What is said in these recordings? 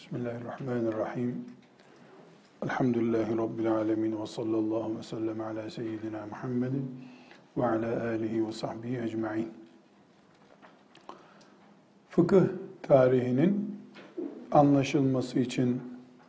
Bismillahirrahmanirrahim. Elhamdülillahi Rabbil alemin ve sallallahu ve sellem ala seyyidina Muhammedin ve ala alihi ve sahbihi ecma'in. Fıkıh tarihinin anlaşılması için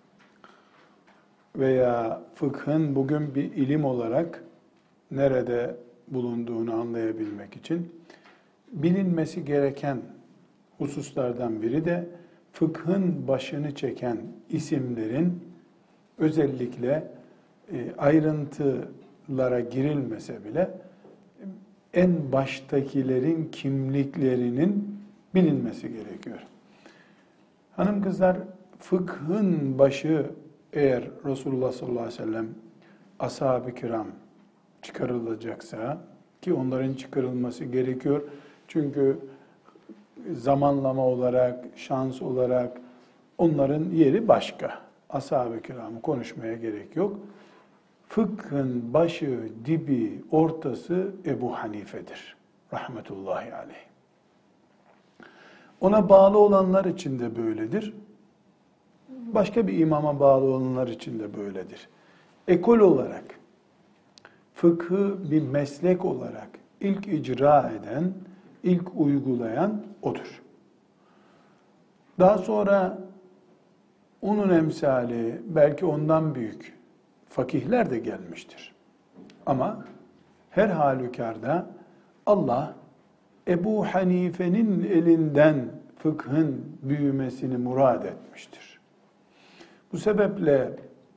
veya fıkhın bugün bir ilim olarak nerede bulunduğunu anlayabilmek için bilinmesi gereken hususlardan biri de fıkhın başını çeken isimlerin özellikle ayrıntılara girilmese bile en baştakilerin kimliklerinin bilinmesi gerekiyor. Hanım kızlar, fıkhın başı eğer Resulullah sallallahu aleyhi ve sellem ashab-ı kiram çıkarılacaksa, ki onların çıkarılması gerekiyor çünkü zamanlama olarak, şans olarak onların yeri başka. Ashab-ı kiramı konuşmaya gerek yok. Fıkhın başı, dibi, ortası Ebu Hanife'dir. Rahmetullahi aleyh. Ona bağlı olanlar için de böyledir. Başka bir imama bağlı olanlar için de böyledir. Ekol olarak, fıkhı bir meslek olarak ilk icra eden, ilk uygulayan odur. Daha sonra onun emsali, belki ondan büyük fakihler de gelmiştir. Ama her halükarda Allah Ebu Hanife'nin elinden fıkhın büyümesini murad etmiştir. Bu sebeple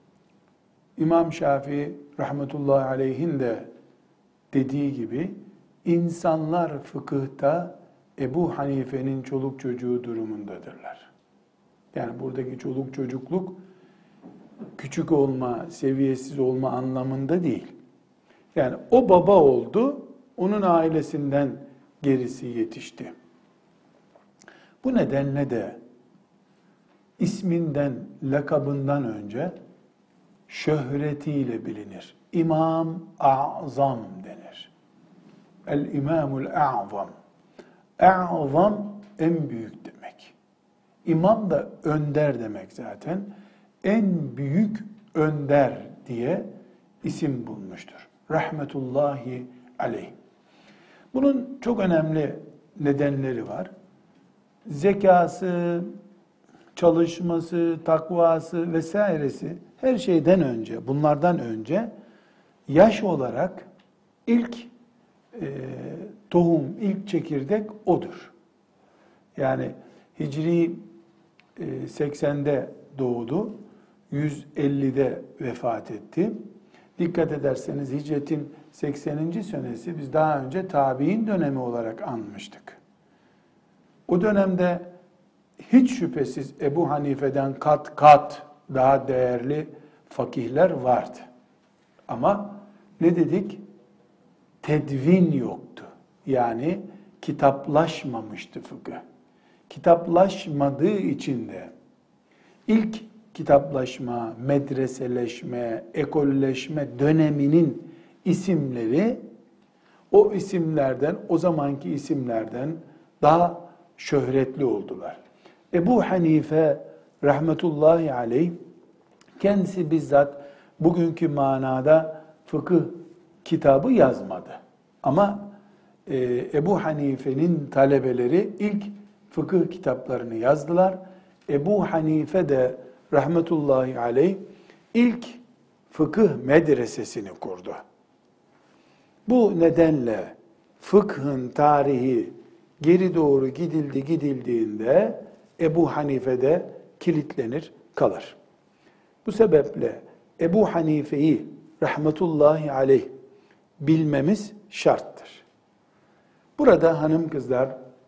İmam Şafii rahmetullahi aleyhin de dediği gibi İnsanlar fıkıhta Ebu Hanife'nin çoluk çocuğu durumundadırlar. Yani buradaki çoluk çocukluk küçük olma, seviyesiz olma anlamında değil. Yani o baba oldu, onun ailesinden gerisi yetişti. Bu nedenle de isminden, lakabından önce şöhretiyle bilinir. İmam A'zam denir. El-İmamul A'zam. A'zam en büyük demek. İmam da önder demek zaten. En büyük önder diye isim bulmuştur. Rahmetullahi aleyh. Bunun çok önemli nedenleri var. Zekası, çalışması, takvası vesairesi her şeyden önce, bunlardan önce yaş olarak ilk tohum, ilk çekirdek odur. Yani Hicri 80'de doğdu, 150'de vefat etti. Dikkat ederseniz hicretin 80. senesi biz daha önce tabi'in dönemi olarak anmıştık. O dönemde hiç şüphesiz Ebu Hanife'den kat kat daha değerli fakihler vardı. Ama ne dedik? Tedvin yoktu. Yani kitaplaşmamıştı fıkıh. Kitaplaşmadığı için de ilk kitaplaşma, medreseleşme, ekolleşme döneminin isimleri o isimlerden, o zamanki isimlerden daha şöhretli oldular. Ebu Hanife rahmetullahi aleyh kendisi bizzat bugünkü manada fıkıh kitabı yazmadı. Ama Ebu Hanife'nin talebeleri ilk fıkıh kitaplarını yazdılar. Ebu Hanife de rahmetullahi aleyh ilk fıkıh medresesini kurdu. Bu nedenle fıkhın tarihi geri doğru gidildiğinde Ebu Hanife'de kilitlenir, kalır. Bu sebeple Ebu Hanife'yi rahmetullahi aleyh bilmemiz şarttır. Burada hanım kızlar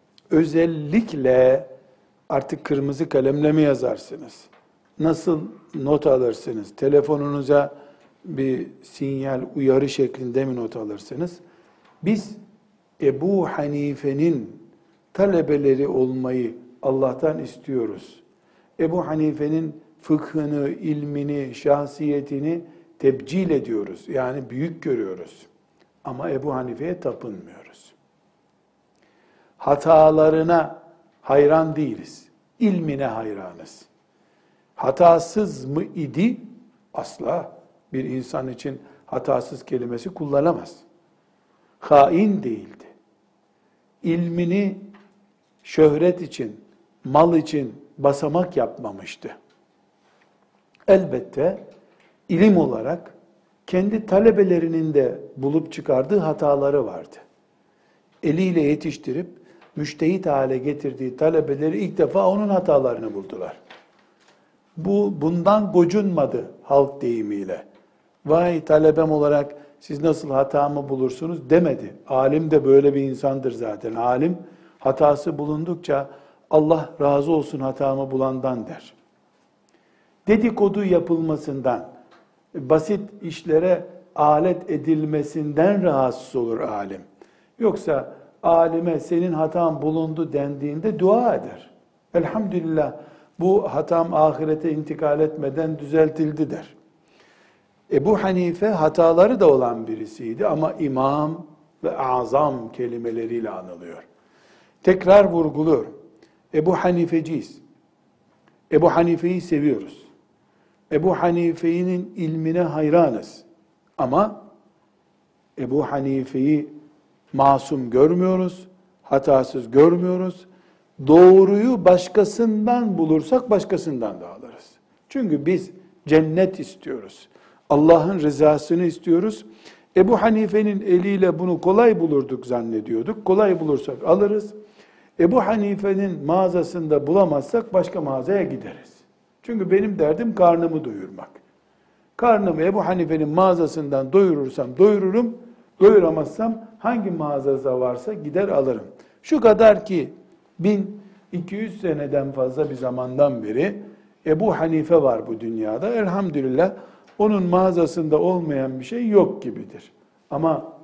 özellikle artık kırmızı kalemle mi yazarsınız? Nasıl not alırsınız? Telefonunuza bir sinyal, uyarı şeklinde mi not alırsınız? Biz Ebu Hanife'nin talebeleri olmayı Allah'tan istiyoruz. Ebu Hanife'nin fıkhını, ilmini, şahsiyetini tebcil ediyoruz. Yani büyük görüyoruz. Ama Ebu Hanife'ye tapınmıyoruz. Hatalarına hayran değiliz. İlmine hayranız. Hatasız mı idi? Asla. Bir insan için hatasız kelimesi kullanamaz. Hain değildi. İlmini şöhret için, mal için basamak yapmamıştı. Elbette ilim olarak kendi talebelerinin de bulup çıkardığı hataları vardı. Eliyle yetiştirip müştehit hale getirdiği talebeleri ilk defa onun hatalarını buldular. Bundan gocunmadı halk deyimiyle. Vay talebem olarak siz nasıl hatamı bulursunuz demedi. Alim de böyle bir insandır zaten. Alim hatası bulundukça Allah razı olsun hatamı bulandan der. Dedikodu yapılmasından, basit işlere alet edilmesinden rahatsız olur alim. Yoksa alime senin hatan bulundu dendiğinde dua eder. Elhamdülillah bu hatam ahirete intikal etmeden düzeltildi der. Ebu Hanife hataları da olan birisiydi ama imam ve azam kelimeleriyle anılıyor. Tekrar vurguluyorum. Ebu Hanifeciyiz. Ebu Hanife'yi seviyoruz. Ebu Hanife'nin ilmine hayranız. Ama Ebu Hanife'yi masum görmüyoruz, hatasız görmüyoruz. Doğruyu başkasından bulursak başkasından da alırız. Çünkü biz cennet istiyoruz. Allah'ın rızasını istiyoruz. Ebu Hanife'nin eliyle bunu kolay bulurduk zannediyorduk. Kolay bulursak alırız. Ebu Hanife'nin mağazasında bulamazsak başka mağazaya gideriz. Çünkü benim derdim karnımı doyurmak. Karnımı Ebu Hanife'nin mağazasından doyurursam doyururum. Doyuramazsam hangi mağazada varsa gider alırım. Şu kadar ki 1200 seneden fazla bir zamandan beri Ebu Hanife var bu dünyada. Elhamdülillah onun mağazasında olmayan bir şey yok gibidir. Ama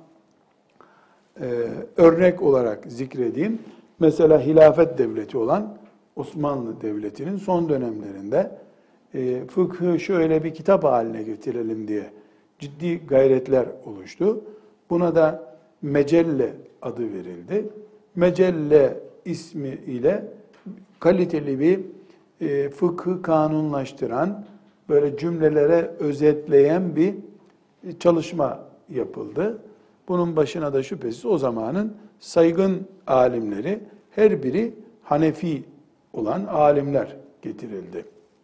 örnek olarak zikredeyim. Mesela hilafet devleti olan Osmanlı Devleti'nin son dönemlerinde fıkhı şöyle bir kitap haline getirelim diye ciddi gayretler oluştu. Buna da Mecelle adı verildi. Mecelle ismi ile kaliteli bir fıkhı kanunlaştıran, böyle cümlelere özetleyen bir çalışma yapıldı. Bunun başına da şüphesiz o zamanın saygın alimleri, her biri Hanefi olan alimler getirildi.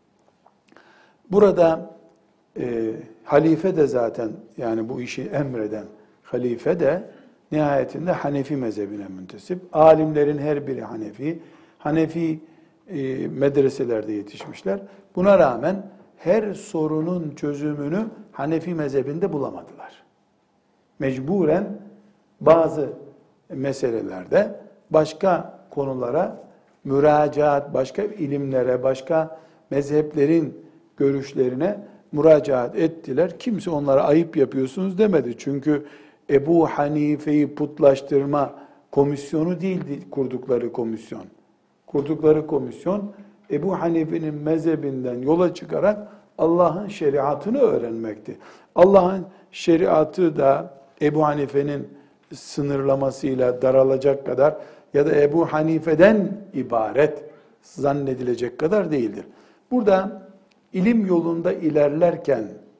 Burada halife de zaten, yani bu işi emreden halife de nihayetinde Hanefi mezhebine müntesip. Alimlerin her biri Hanefi. Hanefi medreselerde yetişmişler. Buna rağmen her sorunun çözümünü Hanefi mezhebinde bulamadılar. Mecburen bazı meselelerde başka konulara müracaat, başka ilimlere, başka mezheplerin görüşlerine müracaat ettiler. Kimse onlara ayıp yapıyorsunuz demedi. Çünkü Ebu Hanife'yi putlaştırma komisyonu değildi kurdukları komisyon. Kurdukları komisyon Ebu Hanife'nin mezhebinden yola çıkarak Allah'ın şeriatını öğrenmekti. Allah'ın şeriatı da Ebu Hanife'nin sınırlamasıyla daralacak kadar ya da Ebu Hanife'den ibaret zannedilecek kadar değildir. Burada ilim yolunda ilerlerken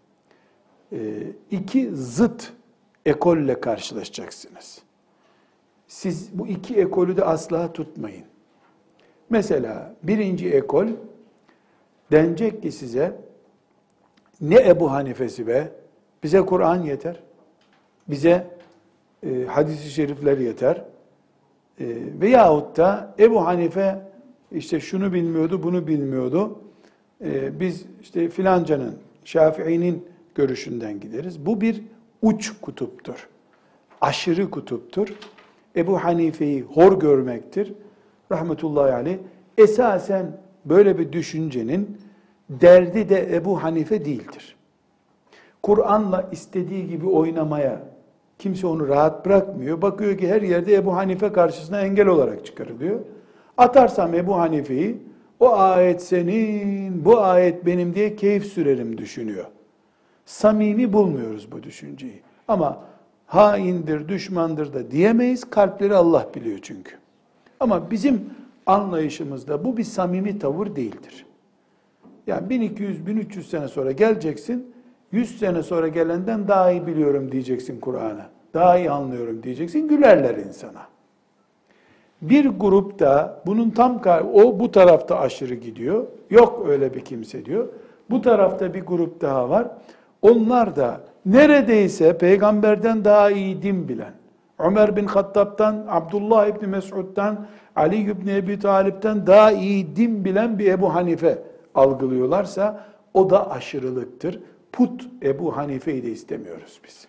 iki zıt ekolle karşılaşacaksınız. Siz bu iki ekolü de asla tutmayın. Mesela birinci ekol denecek ki size, ne Ebu Hanife'si be, bize Kur'an yeter, bize hadis-i şerifler yeter, veyahut da Ebu Hanife işte şunu bilmiyordu, bunu bilmiyordu, biz işte filancanın, Şafii'nin görüşünden gideriz. Bu bir uç kutuptur, aşırı kutuptur. Ebu Hanife'yi hor görmektir. Rahmetullahi aleyh. Esasen böyle bir düşüncenin derdi de Ebu Hanife değildir. Kur'an'la istediği gibi oynamaya kimse onu rahat bırakmıyor. Bakıyor ki her yerde Ebu Hanife karşısına engel olarak çıkarılıyor. Atarsam Ebu Hanife'yi, o ayet senin, bu ayet benim diye keyif sürerim düşünüyor. Samimi bulmuyoruz bu düşünceyi. Ama haindir, düşmandır da diyemeyiz. Kalpleri Allah biliyor çünkü. Ama bizim anlayışımızda bu bir samimi tavır değildir. Yani 1200-1300 sene sonra geleceksin, 100 sene sonra gelenden daha iyi biliyorum diyeceksin Kur'an'ı. Daha iyi anlıyorum diyeceksin, gülerler insana. Bir grupta bunun o bu tarafta aşırı gidiyor. Yok öyle bir kimse diyor. Bu tarafta bir grup daha var. Onlar da neredeyse peygamberden daha iyi din bilen, Ömer bin Hattab'dan, Abdullah İbni Mesud'dan, Ali İbni Ebi Talip'ten daha iyi din bilen bir Ebu Hanife algılıyorlarsa o da aşırılıktır. Put Ebu Hanife'yi de istemiyoruz biz.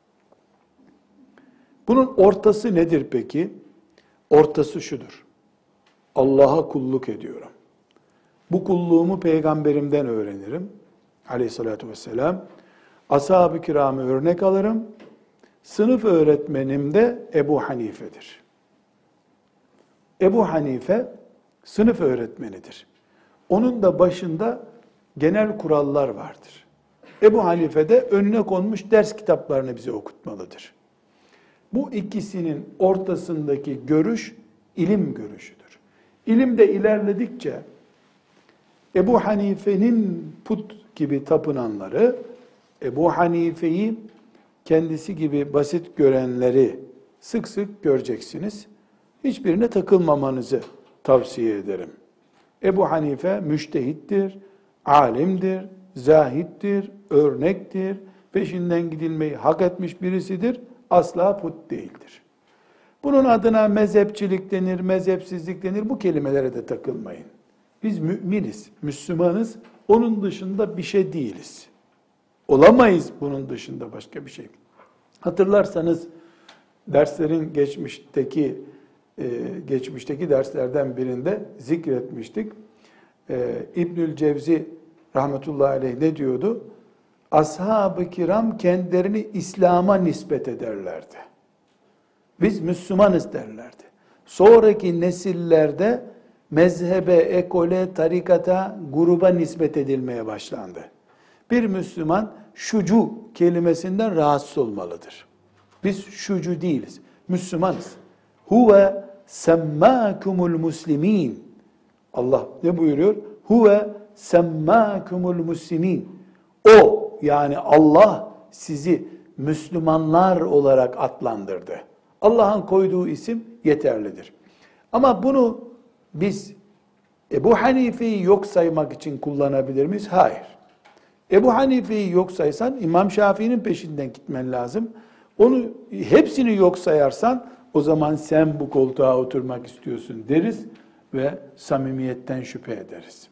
Bunun ortası nedir peki? Ortası şudur. Allah'a kulluk ediyorum. Bu kulluğumu peygamberimden öğrenirim. Aleyhissalatü vesselam. Ashab-ı kiramı örnek alırım. Sınıf öğretmenim de Ebu Hanife'dir. Ebu Hanife sınıf öğretmenidir. Onun da başında genel kurallar vardır. Ebu Hanife de önüne konmuş ders kitaplarını bize okutmalıdır. Bu ikisinin ortasındaki görüş ilim görüşüdür. İlimde ilerledikçe Ebu Hanife'nin put gibi tapınanları, Ebu Hanife'yi kendisi gibi basit görenleri sık sık göreceksiniz. Hiçbirine takılmamanızı tavsiye ederim. Ebu Hanife müştehittir, alimdir, zahittir, örnektir, peşinden gidilmeyi hak etmiş birisidir, asla put değildir. Bunun adına mezhepçilik denir, mezhepsizlik denir, bu kelimelere de takılmayın. Biz müminiz, Müslümanız, onun dışında bir şey değiliz. Olamayız bunun dışında başka bir şey. Hatırlarsanız derslerin geçmişteki derslerden birinde zikretmiştik. İbnül Cevzi rahmetullahi aleyh ne diyordu? Ashab-ı kiram kendilerini İslam'a nispet ederlerdi. Biz Müslümanız derlerdi. Sonraki nesillerde mezhebe, ekole, tarikata, gruba nispet edilmeye başlandı. Bir Müslüman şucu kelimesinden rahatsız olmalıdır. Biz şucu değiliz, Müslümanız. Huve semmâkumul muslimin. Allah ne buyuruyor? Huve semmâkumul muslimin. O yani Allah sizi Müslümanlar olarak adlandırdı. Allah'ın koyduğu isim yeterlidir. Ama bunu biz Ebu Hanife'yi yok saymak için kullanabilir miyiz? Hayır. Ebu Hanife'yi yok saysan İmam Şafii'nin peşinden gitmen lazım. Onu hepsini yok sayarsan o zaman sen bu koltuğa oturmak istiyorsun deriz ve samimiyetten şüphe ederiz.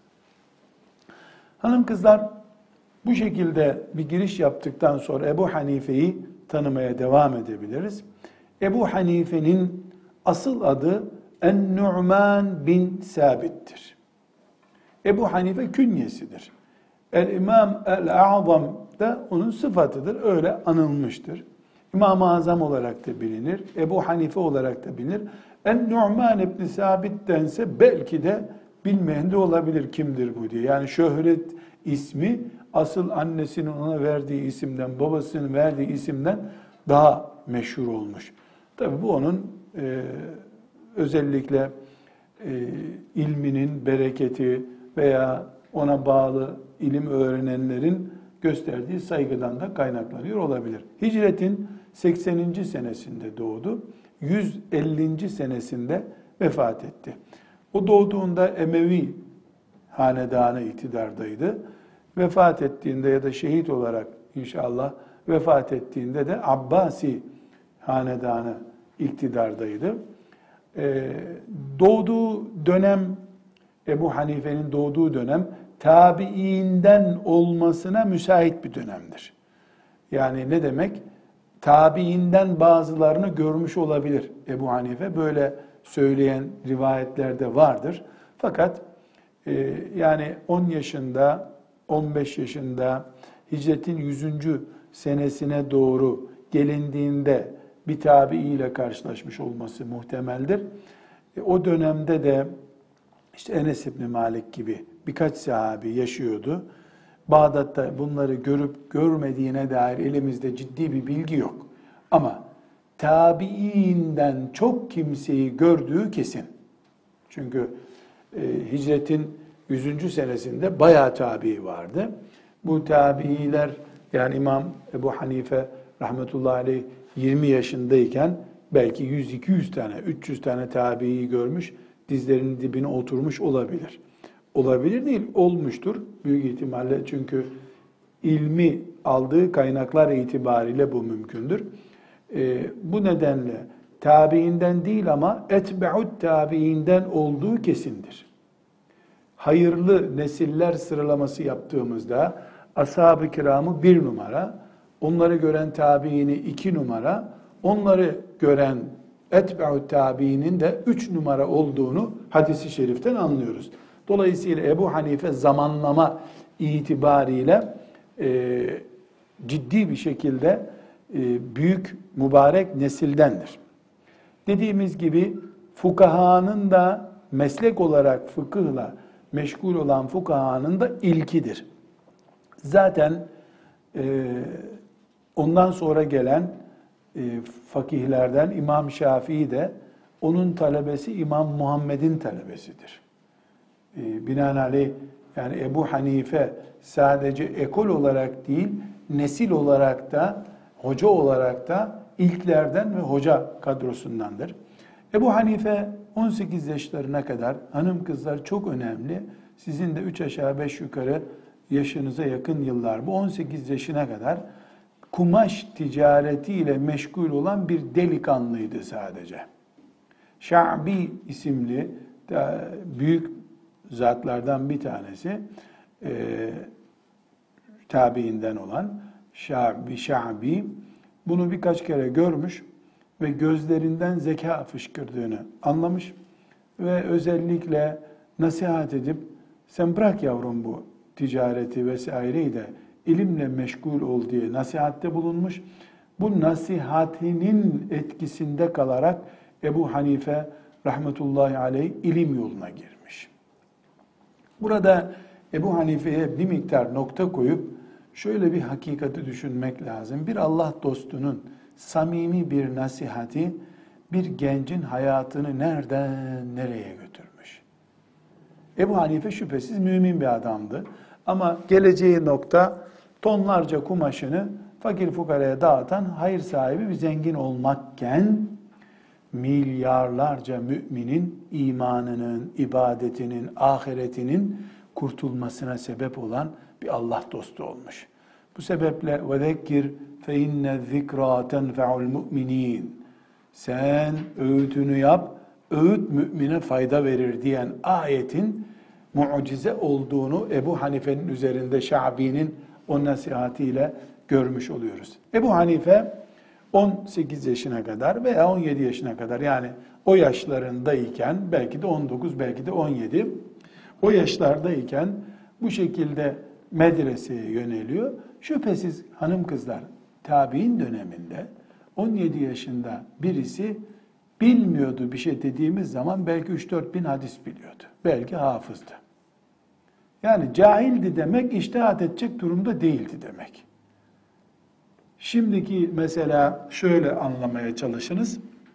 Hanım kızlar, bu şekilde bir giriş yaptıktan sonra Ebu Hanife'yi tanımaya devam edebiliriz. Ebu Hanife'nin asıl adı En-Nu'man bin Sabit'tir. Ebu Hanife künyesidir. El-İmam el-A'zam da onun sıfatıdır. Öyle anılmıştır. İmam-ı Azam olarak da bilinir. Ebu Hanife olarak da bilinir. En-Nu'man ibn Sabit dense belki de bilmeyen de olabilir kimdir bu diye. Yani şöhret ismi asıl annesinin ona verdiği isimden, babasının verdiği isimden daha meşhur olmuş. Tabi bu onun özellikle ilminin bereketi veya ona bağlı ilim öğrenenlerin gösterdiği saygıdan da kaynaklanıyor olabilir. Hicretin 80. senesinde doğdu. 150. senesinde vefat etti. O doğduğunda Emevi hanedanı iktidardaydı. Vefat ettiğinde ya da şehit olarak inşallah vefat ettiğinde de Abbasi hanedanı iktidardaydı. Doğduğu dönem, Ebu Hanife'nin doğduğu dönem tabiinden olmasına müsait bir dönemdir. Yani ne demek? Tabiinden bazılarını görmüş olabilir Ebu Hanife. Böyle söyleyen rivayetlerde vardır. Fakat yani 10 yaşında, 15 yaşında hicretin 100. senesine doğru gelindiğinde bir tabii ile karşılaşmış olması muhtemeldir. O dönemde de işte Enes İbni Malik gibi birkaç sahabi yaşıyordu. Bağdat'ta bunları görüp görmediğine dair elimizde ciddi bir bilgi yok. Ama tabiinden çok kimseyi gördüğü kesin. Çünkü hicretin 100. senesinde bayağı tabi vardı. Bu tabiiler, yani İmam Ebu Hanife rahmetullahi aleyh 20 yaşındayken belki 100-200 tane, 300 tane tabiiyi görmüş, dizlerinin dibine oturmuş olabilir. Olabilir değil, olmuştur büyük ihtimalle, çünkü ilmi aldığı kaynaklar itibariyle bu mümkündür. Bu nedenle tabiinden değil ama etbe'ut tabiinden olduğu kesindir. Hayırlı nesiller sıralaması yaptığımızda ashab-ı kiramı 1 numara, onları gören tabiini 2 numara, onları gören etbe'ut tabiinin de 3 numara olduğunu hadis-i şeriften anlıyoruz. Dolayısıyla Ebu Hanife zamanlama itibariyle ciddi bir şekilde büyük mübarek nesildendir. Dediğimiz gibi fukahanın da meslek olarak fıkıhla meşgul olan fukahanın da ilkidir. Zaten ondan sonra gelen fakihlerden İmam Şafii de onun talebesi İmam Muhammed'in talebesidir. Binaenaleyh yani Ebu Hanife sadece ekol olarak değil, nesil olarak da, hoca olarak da ilklerden ve hoca kadrosundandır. Ebu Hanife 18 yaşlarına kadar, hanım kızlar çok önemli, sizin de 3 aşağı 5 yukarı yaşınıza yakın yıllar, bu 18 yaşına kadar kumaş ticaretiyle meşgul olan bir delikanlıydı sadece. Şa'bi isimli büyük zatlardan bir tanesi, tabiinden olan Şa'bi bunu birkaç kere görmüş ve gözlerinden zeka fışkırdığını anlamış ve özellikle nasihat edip sen bırak yavrum bu ticareti vesaireyi de ilimle meşgul ol diye nasihatte bulunmuş. Bu nasihatinin etkisinde kalarak Ebu Hanife rahmetullahi aleyh ilim yoluna girmiş. Burada Ebu Hanife'ye bir miktar nokta koyup şöyle bir hakikati düşünmek lazım. Bir Allah dostunun samimi bir nasihati bir gencin hayatını nereden nereye götürmüş. Ebu Hanife şüphesiz mümin bir adamdı. Ama geleceği nokta tonlarca kumaşını fakir fukaraya dağıtan hayır sahibi bir zengin olmakken milyarlarca müminin imanının, ibadetinin, ahiretinin kurtulmasına sebep olan bir Allah dostu olmuş. Bu sebeple وَذَكِّرْ فَاِنَّ الذِّكْرَى تَنْفَعُ الْمُؤْمِنِينَ Sen öğütünü yap, öğüt mümine fayda verir diyen ayetin mucize olduğunu Ebu Hanife'nin üzerinde Şa'bi'nin o nasihatiyle görmüş oluyoruz. Ebu Hanife 18 yaşına kadar veya 17 yaşına kadar, yani o yaşlarındayken, belki de 19, belki de 17, o yaşlardayken bu şekilde medreseye yöneliyor. Şüphesiz hanım kızlar, tabi'in döneminde 17 yaşında birisi bilmiyordu bir şey dediğimiz zaman belki 3-4 bin hadis biliyordu. Belki hafızdı. Yani cahildi demek, içtihat edecek durumda değildi demek. Şimdiki mesela şöyle anlamaya çalışınız.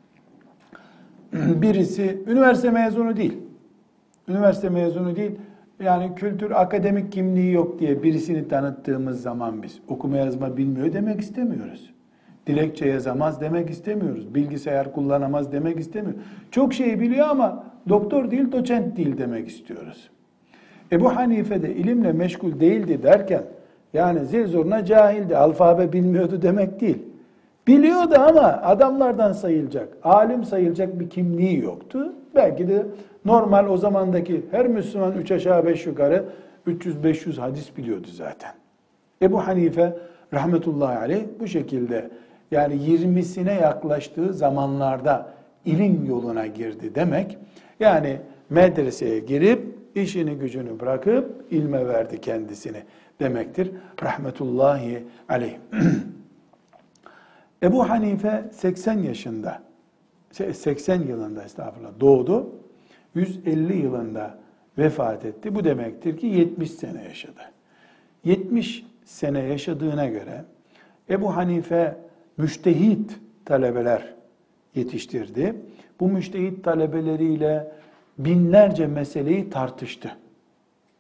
Birisi üniversite mezunu değil. Üniversite mezunu değil. Yani kültür, akademik kimliği yok diye birisini tanıttığımız zaman biz okuma yazma bilmiyor demek istemiyoruz. Dilekçe yazamaz demek istemiyoruz. Bilgisayar kullanamaz demek istemiyoruz. Çok şey biliyor ama doktor değil, doçent değil demek istiyoruz. Ebu Hanife de ilimle meşgul değildi derken, yani zil zurna cahildi, alfabe bilmiyordu demek değil. Biliyordu ama adamlardan sayılacak, alim sayılacak bir kimliği yoktu. Belki de normal o zamandaki her Müslüman 3 aşağı 5 yukarı 300-500 hadis biliyordu zaten. Ebu Hanife rahmetullahi aleyh bu şekilde, yani 20'sine yaklaştığı zamanlarda ilim yoluna girdi demek. Yani medreseye girip işini gücünü bırakıp ilme verdi kendisini demektir. Rahmetullahi aleyh. Ebu Hanife 80 yaşında, 80 yılında doğdu. 150 yılında vefat etti. Bu demektir ki 70 sene yaşadı. 70 sene yaşadığına göre Ebu Hanife müştehit talebeler yetiştirdi. Bu müştehit talebeleriyle binlerce meseleyi tartıştı.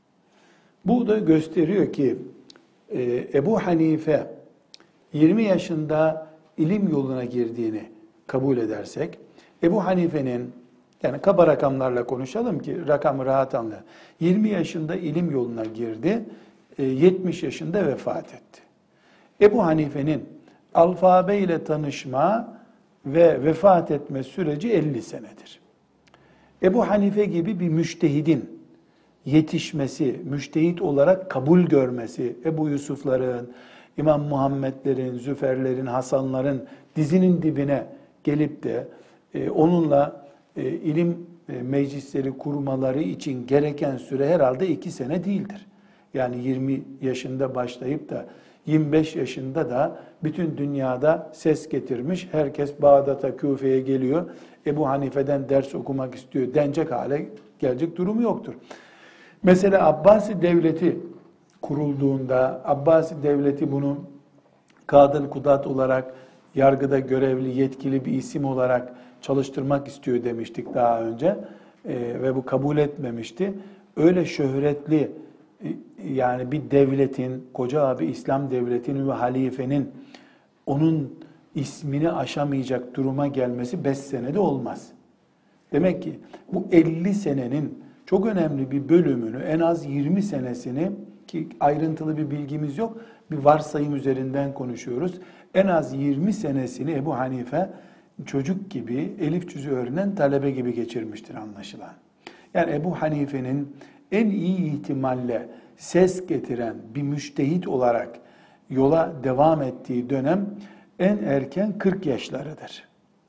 Bu da gösteriyor ki Ebu Hanife 20 yaşında ilim yoluna girdiğini kabul edersek, Ebu Hanife'nin, yani kaba rakamlarla konuşalım ki rakamı rahat anlayalım. 20 yaşında ilim yoluna girdi, 70 yaşında vefat etti. Ebu Hanife'nin alfabe ile tanışma ve vefat etme süreci 50 senedir. Ebu Hanife gibi bir müştehidin yetişmesi, müştehit olarak kabul görmesi, Ebu Yusuf'ların, İmam Muhammed'lerin, Züfer'lerin, Hasan'ların dizinin dibine gelip de onunla ilim meclisleri kurmaları için gereken süre herhalde 2 sene değildir. Yani 20 yaşında başlayıp da 25 yaşında da bütün dünyada ses getirmiş, herkes Bağdat'a, Küfe'ye geliyor, Ebu Hanife'den ders okumak istiyor denecek hale gelecek durumu yoktur. Mesela Abbasi Devleti kurulduğunda, Abbasi Devleti bunu Kadıl Kudat olarak, yargıda görevli, yetkili bir isim olarak çalıştırmak istiyor demiştik daha önce ve bu kabul etmemişti. Öyle şöhretli, yani bir devletin, koca bir İslam devletinin ve halifenin onun ismini aşamayacak duruma gelmesi 5 senede olmaz. Demek ki bu 50 senenin çok önemli bir bölümünü, en az 20 senesini, ki ayrıntılı bir bilgimiz yok, bir varsayım üzerinden konuşuyoruz. En az 20 senesini Ebu Hanife çocuk gibi, elif cüzü öğrenen talebe gibi geçirmiştir anlaşılan. Yani Ebu Hanife'nin en iyi ihtimalle ses getiren bir müştehit olarak yola devam ettiği dönem en erken 40 yaşlarıdır.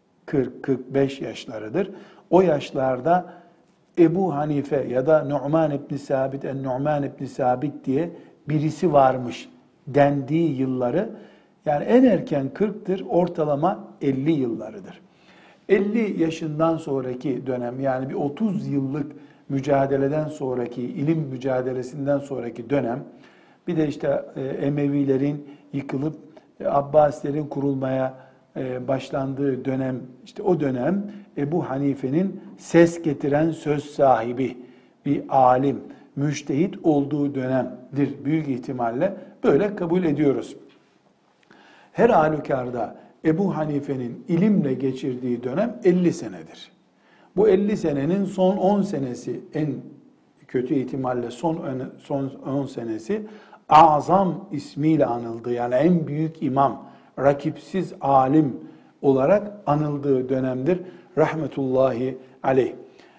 40-45 yaşlarıdır. O yaşlarda Ebu Hanife ya da Nu'man İbn Sabit, Nu'man İbn Sabit diye birisi varmış dendiği yılları, yani en erken 40'tır, ortalama 50 yıllarıdır. 50 yaşından sonraki dönem, yani bir 30 yıllık mücadeleden sonraki, ilim mücadelesinden sonraki dönem, bir de işte Emevilerin yıkılıp Abbasilerin kurulmaya başlandığı dönem, işte o dönem Ebu Hanife'nin ses getiren söz sahibi bir alim, müştehit olduğu dönemdir büyük ihtimalle, böyle kabul ediyoruz. Her halükarda Ebu Hanife'nin ilimle geçirdiği dönem 50 senedir. Bu 50 senenin son 10 senesi, en kötü ihtimalle son 10 senesi Azam ismiyle anıldı. Yani en büyük imam, rakipsiz alim olarak anıldığı dönemdir. Rahmetullahi aleyh.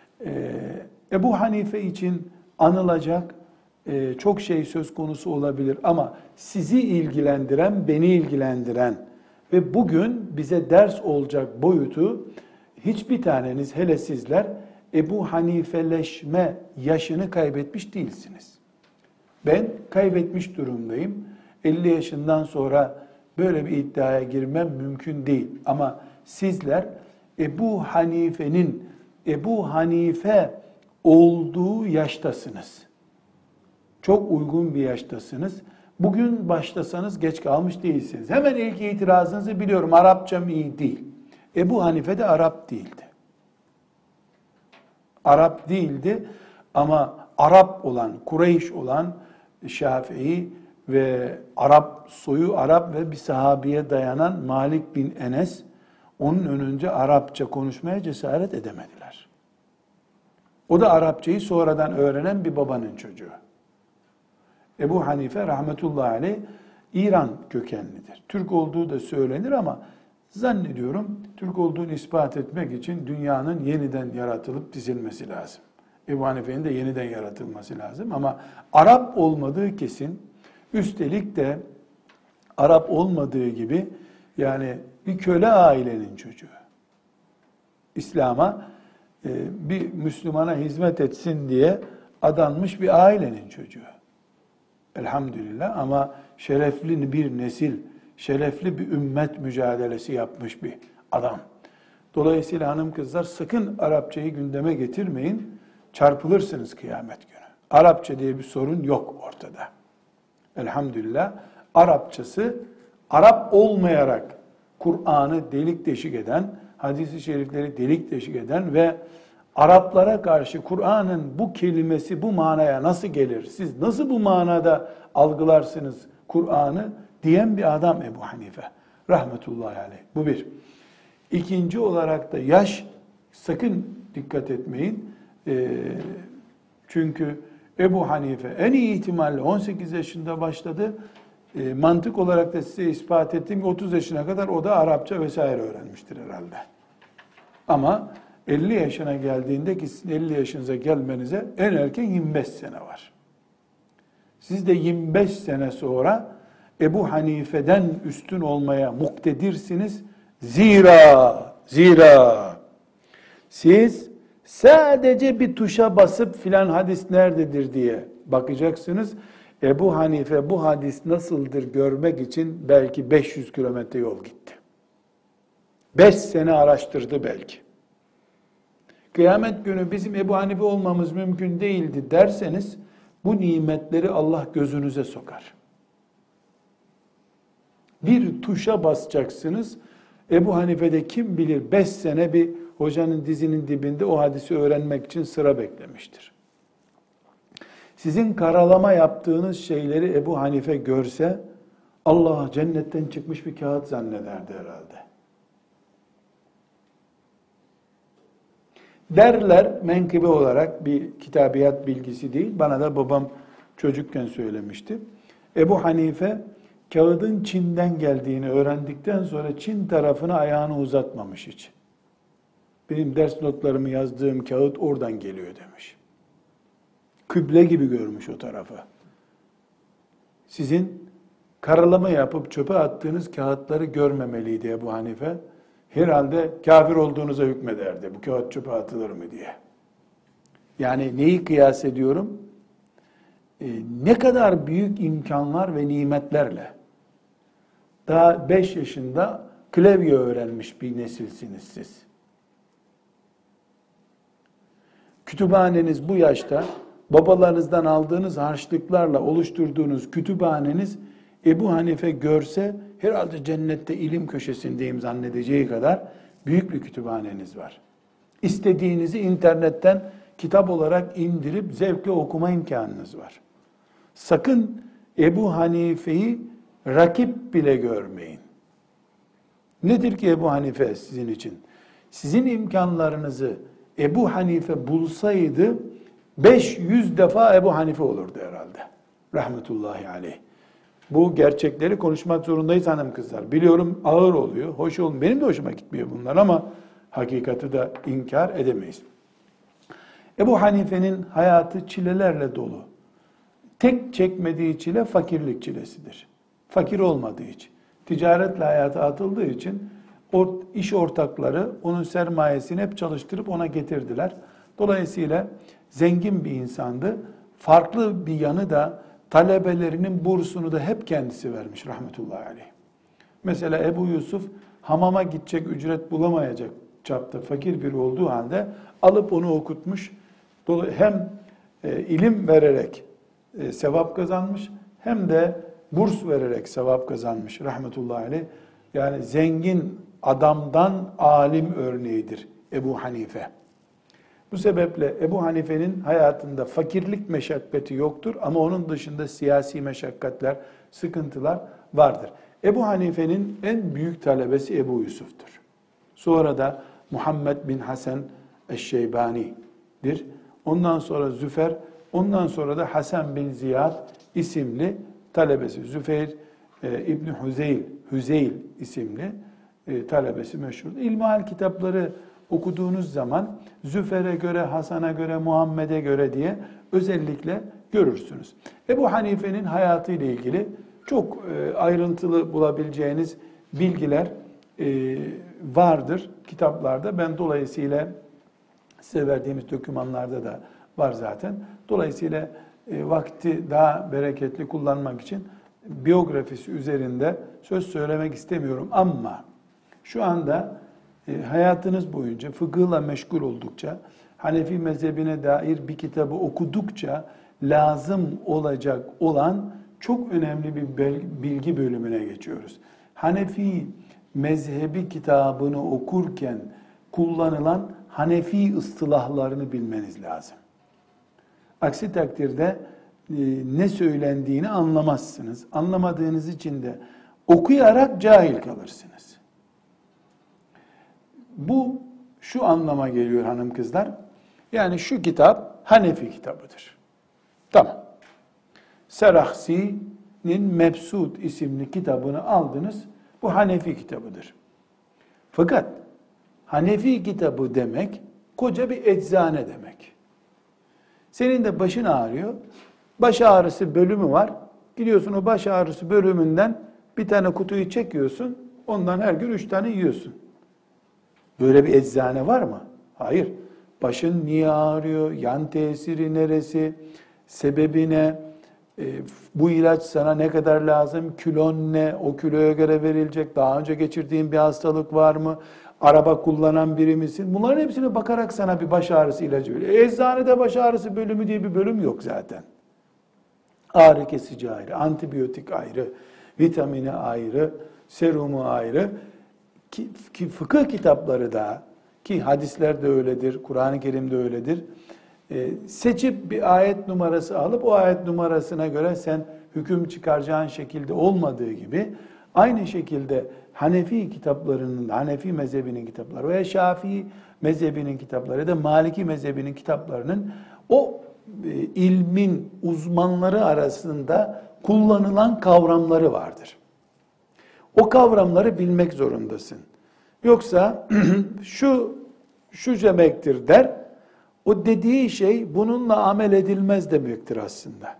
Ebu Hanife için anılacak çok şey söz konusu olabilir ama sizi ilgilendiren, beni ilgilendiren ve bugün bize ders olacak boyutu, hiçbir taneniz, hele sizler, Ebu Hanifeleşme yaşını kaybetmiş değilsiniz. Ben kaybetmiş durumdayım. 50 yaşından sonra böyle bir iddiaya girmem mümkün değil. Ama sizler Ebu Hanife'nin Ebu Hanife olduğu yaştasınız. Çok uygun bir yaştasınız. Bugün başlasanız geç kalmış değilsiniz. Hemen ilk itirazınızı biliyorum, Arapçam iyi değil. Ebu Hanife de Arap değildi. Arap değildi ama Arap olan, Kureyş olan Şafii ve Arap, soyu Arap ve bir sahabiye dayanan Malik bin Enes, onun önünde Arapça konuşmaya cesaret edemediler. O da Arapçayı sonradan öğrenen bir babanın çocuğu. Ebu Hanife rahmetullahi aleyh İran kökenlidir. Türk olduğu da söylenir ama zannediyorum Türk olduğunu ispat etmek için dünyanın yeniden yaratılıp dizilmesi lazım. Ebu Hanife'nin de yeniden yaratılması lazım ama Arap olmadığı kesin. Üstelik de Arap olmadığı gibi yani bir köle ailenin çocuğu. İslam'a bir Müslümana hizmet etsin diye adanmış bir ailenin çocuğu. Elhamdülillah, ama şerefli bir nesil, şerefli bir ümmet mücadelesi yapmış bir adam. Dolayısıyla hanım kızlar, sakın Arapçayı gündeme getirmeyin, çarpılırsınız kıyamet günü. Arapça diye bir sorun yok ortada. Elhamdülillah, Arapçası Arap olmayarak Kur'an'ı delik deşik eden, hadis-i şerifleri delik deşik eden ve Araplara karşı Kur'an'ın bu kelimesi bu manaya nasıl gelir? Siz nasıl bu manada algılarsınız Kur'an'ı diyen bir adam Ebu Hanife rahmetullahi aleyh. Bu bir. İkinci olarak da yaş, sakın dikkat etmeyin. Çünkü Ebu Hanife en iyi ihtimalle 18 yaşında başladı. Mantık olarak da size ispat ettiğim 30 yaşına kadar o da Arapça vesaire öğrenmiştir herhalde. Ama 50 yaşına geldiğinde, ki sizin 50 yaşınıza gelmenize en erken 25 sene var. Siz de 25 sene sonra Ebu Hanife'den üstün olmaya muktedirsiniz. Zira siz sadece bir tuşa basıp filan hadis nerededir diye bakacaksınız. Ebu Hanife bu hadis nasıldır görmek için belki 500 kilometre yol gitti. 5 sene araştırdı belki. Kıyamet günü bizim Ebu Hanife olmamız mümkün değildi derseniz bu nimetleri Allah gözünüze sokar. Bir tuşa basacaksınız. Ebu Hanife'de kim bilir 5 sene bir hocanın dizinin dibinde o hadisi öğrenmek için sıra beklemiştir. Sizin karalama yaptığınız şeyleri Ebu Hanife görse Allah cennetten çıkmış bir kağıt zannederdi herhalde. Derler menkıbe olarak, bir kitabiyat bilgisi değil, bana da babam çocukken söylemişti. Ebu Hanife kağıdın Çin'den geldiğini öğrendikten sonra Çin tarafına ayağını uzatmamış hiç. Benim ders notlarımı yazdığım kağıt oradan geliyor demiş. Kıble gibi görmüş o tarafı. Sizin karalama yapıp çöpe attığınız kağıtları görmemeliydi Ebu Hanife. Herhalde kafir olduğunuza hükmederdi. Bu kağıt çöpe atılır mı diye. Yani neyi kıyas ediyorum? Ne kadar büyük imkanlar ve nimetlerle daha 5 yaşında klavye öğrenmiş bir nesilsiniz siz. Kütüphaneniz bu yaşta babalarınızdan aldığınız harçlıklarla oluşturduğunuz kütüphaneniz Ebu Hanife görse herhalde cennette ilim köşesindeyim zannedeceği kadar büyük bir kütüphaneniz var. İstediğinizi internetten kitap olarak indirip zevkle okuma imkanınız var. Sakın Ebu Hanife'yi rakip bile görmeyin. Nedir ki Ebu Hanife sizin için? Sizin imkanlarınızı Ebu Hanife bulsaydı 500 defa Ebu Hanife olurdu herhalde. Rahmetullahi aleyh. Bu gerçekleri konuşmak zorundayız hanım kızlar. Biliyorum ağır oluyor, hoş olmuyor. Benim de hoşuma gitmiyor bunlar ama hakikati de inkar edemeyiz. Ebu Hanife'nin hayatı çilelerle dolu. Tek çekmediği çile fakirlik çilesidir. Fakir olmadığı için. Ticaretle hayata atıldığı için iş ortakları onun sermayesini hep çalıştırıp ona getirdiler. Dolayısıyla zengin bir insandı. Farklı bir yanı da talebelerinin bursunu da hep kendisi vermiş rahmetullahi aleyh. Mesela Ebu Yusuf hamama gidecek ücret bulamayacak çapta fakir biri olduğu halde alıp onu okutmuş. Hem ilim vererek sevap kazanmış hem de burs vererek sevap kazanmış rahmetullahi aleyh. Yani zengin adamdan alim örneğidir Ebu Hanife. Bu sebeple Ebu Hanife'nin hayatında fakirlik meşakkati yoktur ama onun dışında siyasi meşakkatler, sıkıntılar vardır. Ebu Hanife'nin en büyük talebesi Ebu Yusuf'tur. Sonra da Muhammed bin Hasan Eşşeybani'dir. Ondan sonra Züfer, ondan sonra da Hasan bin Ziyad isimli talebesi. Züfeyr İbni Hüzeyl isimli talebesi meşhur. İlmihal kitapları okuduğunuz zaman Züfer'e göre, Hasan'a göre, Muhammed'e göre diye özellikle görürsünüz. Ebu Hanife'nin hayatıyla ilgili çok ayrıntılı bulabileceğiniz bilgiler vardır kitaplarda. Ben dolayısıyla size verdiğimiz dokümanlarda da var zaten. Dolayısıyla vakti daha bereketli kullanmak için biyografisi üzerinde söz söylemek istemiyorum ama şu anda hayatınız boyunca fıkıhla meşgul oldukça, Hanefi mezhebine dair bir kitabı okudukça lazım olacak olan çok önemli bir bilgi bölümüne geçiyoruz. Hanefi mezhebi kitabını okurken kullanılan Hanefi ıstılahlarını bilmeniz lazım. Aksi takdirde ne söylendiğini anlamazsınız. Anlamadığınız için de okuyarak cahil kalırsınız. Bu şu anlama geliyor hanım kızlar. Yani şu kitap Hanefi kitabıdır. Tamam. Serahsi'nin Mebsut isimli kitabını aldınız. Bu Hanefi kitabıdır. Fakat Hanefi kitabı demek koca bir eczane demek. Senin de başın ağrıyor. Baş ağrısı bölümü var. Gidiyorsun o baş ağrısı bölümünden bir tane kutuyu çekiyorsun. Ondan her gün 3 tane yiyorsun. Böyle bir eczane var mı? Hayır. Başın niye ağrıyor? Yan tesiri neresi? Sebebi ne? Bu ilaç sana ne kadar lazım? Kilon ne? O kiloya göre verilecek. Daha önce geçirdiğin bir hastalık var mı? Araba kullanan biri misin? Bunların hepsine bakarak sana bir baş ağrısı ilacı veriyor. Eczanede baş ağrısı bölümü diye bir bölüm yok zaten. Ağrı kesici ayrı, antibiyotik ayrı, vitamini ayrı, serumu ayrı. Ki fıkıh kitapları da, ki hadisler de öyledir, Kur'an-ı Kerim de öyledir. Seçip bir ayet numarası alıp o ayet numarasına göre sen hüküm çıkaracağın şekilde olmadığı gibi aynı şekilde Hanefi kitaplarının, Hanefi mezhebinin kitapları veya Şafii mezhebinin kitapları ya da Maliki mezhebinin kitaplarının o ilmin uzmanları arasında kullanılan kavramları vardır. O kavramları bilmek zorundasın. Yoksa şu demektir der, o dediği şey bununla amel edilmez demektir aslında.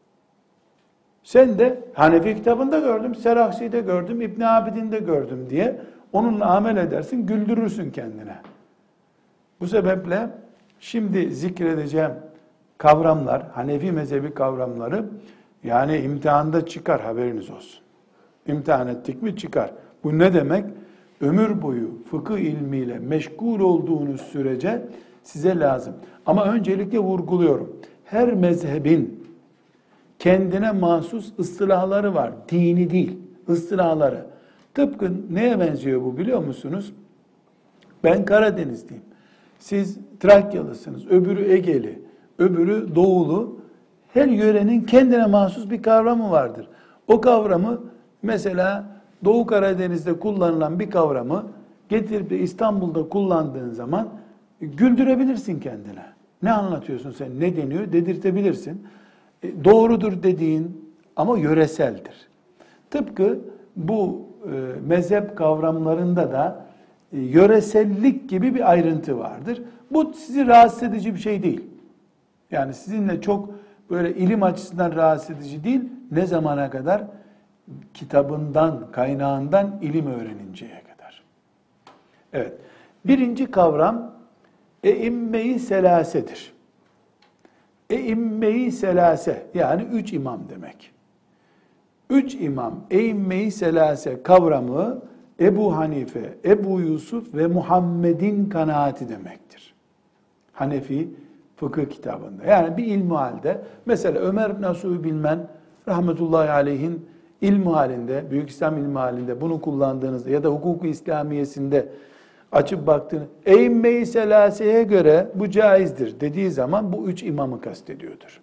Sen de Hanefi kitabında gördüm, Serahsi'de gördüm, İbn Abidin'de gördüm diye onunla amel edersin, güldürürsün kendine. Bu sebeple şimdi zikredeceğim kavramlar, Hanefi mezhebi kavramları yani imtihanda çıkar, haberiniz olsun. İmtihan ettik mi çıkar. Bu ne demek? Ömür boyu fıkıh ilmiyle meşgul olduğunuz sürece size lazım. Ama öncelikle vurguluyorum. Her mezhebin kendine mahsus ıstılahları var. Dini değil, ıstılahları. Tıpkı neye benziyor bu biliyor musunuz? Ben Karadenizliyim. Siz Trakyalısınız, öbürü Egeli, öbürü Doğulu. Her yörenin kendine mahsus bir kavramı vardır. O kavramı mesela Doğu Karadeniz'de kullanılan bir kavramı getirip de İstanbul'da kullandığın zaman güldürebilirsin kendine. Ne anlatıyorsun sen, ne deniyor dedirtebilirsin. Doğrudur dediğin ama yöreseldir. Tıpkı bu mezhep kavramlarında da yöresellik gibi bir ayrıntı vardır. Bu sizi rahatsız edici bir şey değil. Yani sizinle çok böyle ilim açısından rahatsız edici değil. Ne zamana kadar? Kitabından, kaynağından ilim öğreninceye kadar. Evet. Birinci kavram e'imme-i selasedir. E'imme-i selase yani 3 imam demek. 3 imam, e'imme-i selase kavramı Ebu Hanife, Ebu Yusuf ve Muhammed'in kanaati demektir. Hanefi fıkıh kitabında. Yani bir ilmihalde mesela Ömer Nasuhi Bilmen rahmetullahi aleyhin ilmihalinde, Büyük İslam ilmihalinde bunu kullandığınızda ya da hukuk-u İslamiyesinde açıp baktığınız e'imme-i selaseye göre bu caizdir dediği zaman bu 3 imamı kastediyordur.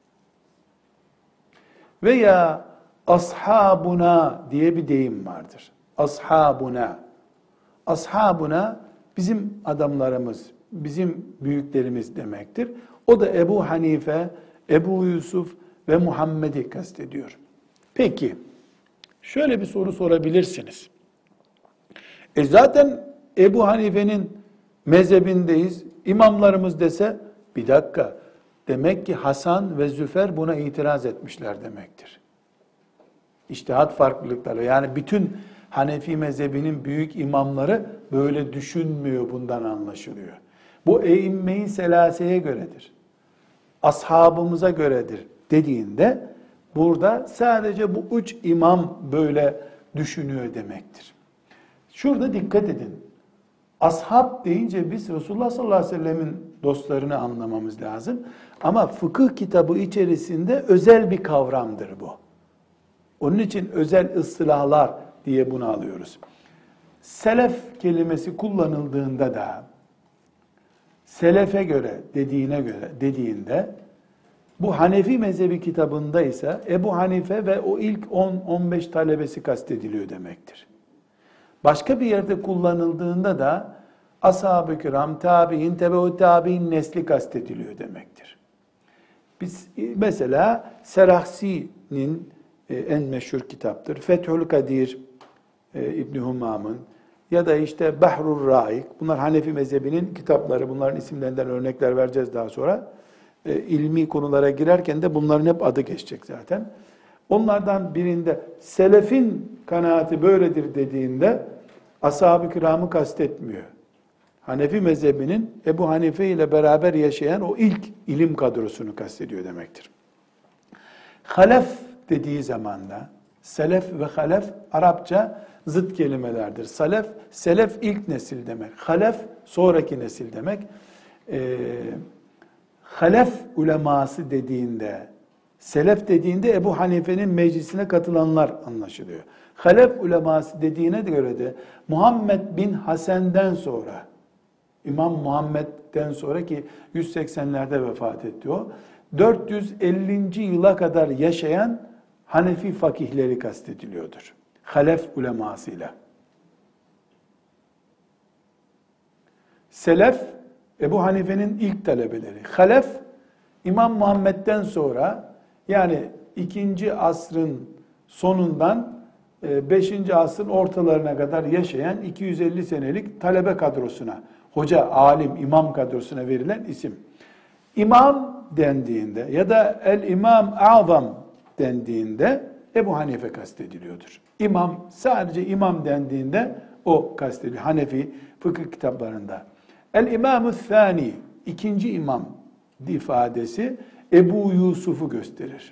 Veya ashabuna diye bir deyim vardır. Ashabuna. Ashabuna bizim adamlarımız, bizim büyüklerimiz demektir. O da Ebu Hanife, Ebu Yusuf ve Muhammed'i kastediyor. Peki, şöyle bir soru sorabilirsiniz. Zaten Ebu Hanife'nin mezhebindeyiz, imamlarımız dese, bir dakika, demek ki Hasan ve Züfer buna itiraz etmişler demektir. İçtihat farklılıkları, yani bütün Hanefi mezhebinin büyük imamları böyle düşünmüyor, bundan anlaşılıyor. Bu e'imme-i selaseye göredir. Ashabımıza göredir dediğinde, burada sadece bu 3 imam böyle düşünüyor demektir. Şurada dikkat edin. Ashab deyince biz Resulullah sallallahu aleyhi ve sellemin dostlarını anlamamız lazım. Ama fıkıh kitabı içerisinde özel bir kavramdır bu. Onun için özel ıstılahlar diye bunu alıyoruz. Selef kelimesi kullanıldığında da Selefe göre dediğinde bu Hanefi mezhebi kitabında ise Ebu Hanife ve o ilk 10-15 talebesi kastediliyor demektir. Başka bir yerde kullanıldığında da ashab-ı kiram, tabi'in, tebe-u tabi'in nesli kastediliyor demektir. Biz mesela Serahsi'nin en meşhur kitaptır. Fethül Kadir İbn Humam'ın ya da işte Bahrur Raik. Bunlar Hanefi mezhebinin kitapları. Bunların isimlerinden örnekler vereceğiz daha sonra. İlmi konulara girerken de bunların hep adı geçecek zaten. Onlardan birinde selefin kanaati böyledir dediğinde ashab-ı kiramı kastetmiyor. Hanefi mezhebinin Ebu Hanife ile beraber yaşayan o ilk ilim kadrosunu kastediyor demektir. Halef dediği zaman da selef ve halef Arapça zıt kelimelerdir. Selef ilk nesil demek. Halef sonraki nesil demek. Halef uleması dediğinde, selef dediğinde Ebu Hanife'nin meclisine katılanlar anlaşılıyor. Halef uleması dediğine göre de Muhammed bin Hasen'den sonra, İmam Muhammed'den sonra ki 180'lerde vefat etti o, 450. yıla kadar yaşayan Hanefi fakihleri kastediliyordur. Halef ulemasıyla. Selef, Ebu Hanife'nin ilk talebeleri. Halef, İmam Muhammed'den sonra yani 2. asrın sonundan 5. asrın ortalarına kadar yaşayan 250 senelik talebe kadrosuna, hoca, alim, imam kadrosuna verilen isim. İmam dendiğinde ya da el-İmam Azam dendiğinde Ebu Hanife kastediliyordur. İmam, sadece imam dendiğinde o kastediliyor. Hanefi fıkıh kitaplarında. El-İmam-ı Thani, ikinci imam ifadesi Ebu Yusuf'u gösterir.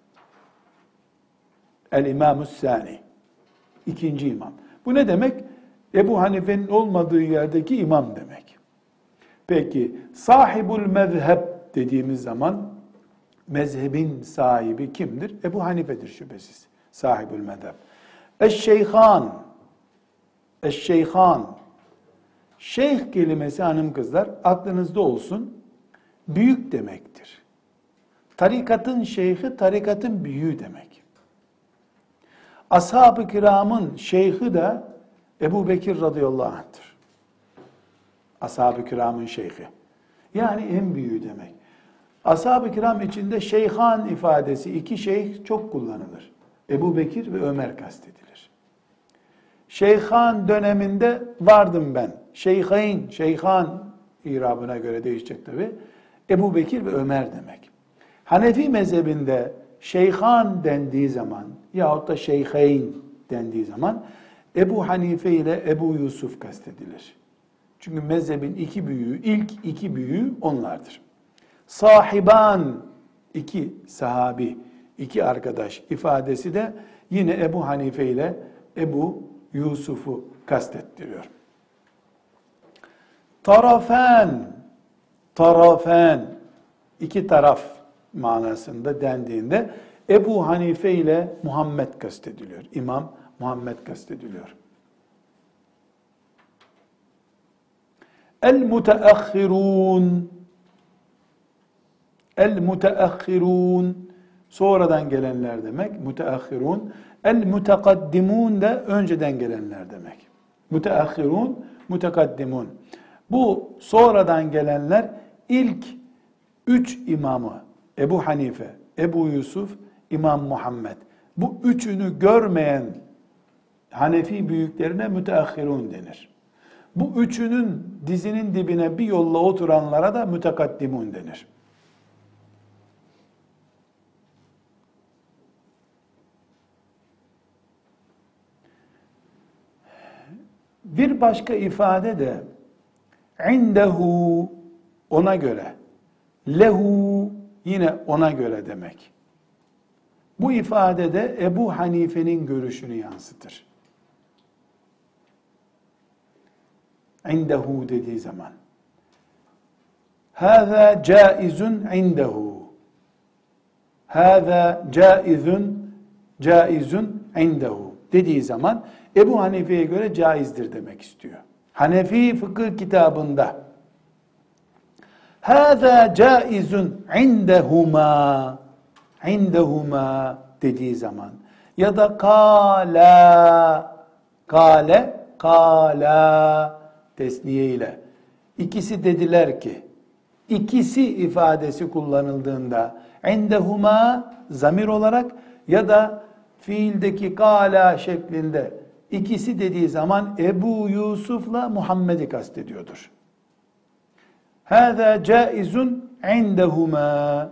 El-İmam-ı Thani, ikinci imam. Bu ne demek? Ebu Hanife'nin olmadığı yerdeki imam demek. Peki, sahibul mezheb dediğimiz zaman mezhebin sahibi kimdir? Ebu Hanife'dir şüphesiz. Sahibul mezheb. Eşşeyhan. Eşşeyhan. Şeyh kelimesi hanım kızlar aklınızda olsun. Büyük demektir. Tarikatın şeyhi, tarikatın büyüğü demek. Ashab-ı kiramın şeyhi de Ebu Bekir radıyallahu anh'tır. Ashab-ı kiramın şeyhi. Yani en büyüğü demek. Ashab-ı kiram içinde şeyhan ifadesi, iki şeyh çok kullanılır. Ebu Bekir ve Ömer kastedilir. Şeyhan döneminde vardım ben. Şeyhayn, şeyhan irabına göre değişecek tabi. Ebu Bekir ve Ömer demek. Hanefi mezhebinde şeyhan dendiği zaman yahut da şeyhayn dendiği zaman Ebu Hanife ile Ebu Yusuf kastedilir. Çünkü mezhebin iki büyüğü, ilk iki büyüğü onlardır. Sahiban, iki sahabi, iki arkadaş ifadesi de yine Ebu Hanife ile Ebu Yusuf'u kastettiriyor. Tarafen, iki taraf manasında dendiğinde Ebu Hanife ile Muhammed kastediliyor. İmam Muhammed kastediliyor. El-muteahhirun, sonradan gelenler demek. Muteahhirun. El-mutekaddimun da önceden gelenler demek. Muteahhirun, mutekaddimun. Bu sonradan gelenler ilk üç imamı Ebu Hanife, Ebu Yusuf, İmam Muhammed. Bu üçünü görmeyen Hanefi büyüklerine müteahhirun denir. Bu üçünün dizinin dibine bir yolla oturanlara da mütekaddimun denir. Bir başka ifade de indehu, ona göre, lehu, yine ona göre demek. Bu ifadede Ebu Hanife'nin görüşünü yansıtır. İndehu dediği zaman. Hâzâ caizun indehu. Hâzâ caizun indehu dediği zaman Ebu Hanife'ye göre caizdir demek istiyor. Hanefi fıkıh kitabında hâzâ caizun indehuma, indehuma dediği zaman ya da kâla tesniye ile ikisi dediler ki, ikisi ifadesi kullanıldığında indehuma zamir olarak ya da fiildeki kâla şeklinde ikisi dediği zaman Ebu Yusuf'la Muhammed'i kastediyordur. Hâzâ caizun indehuma.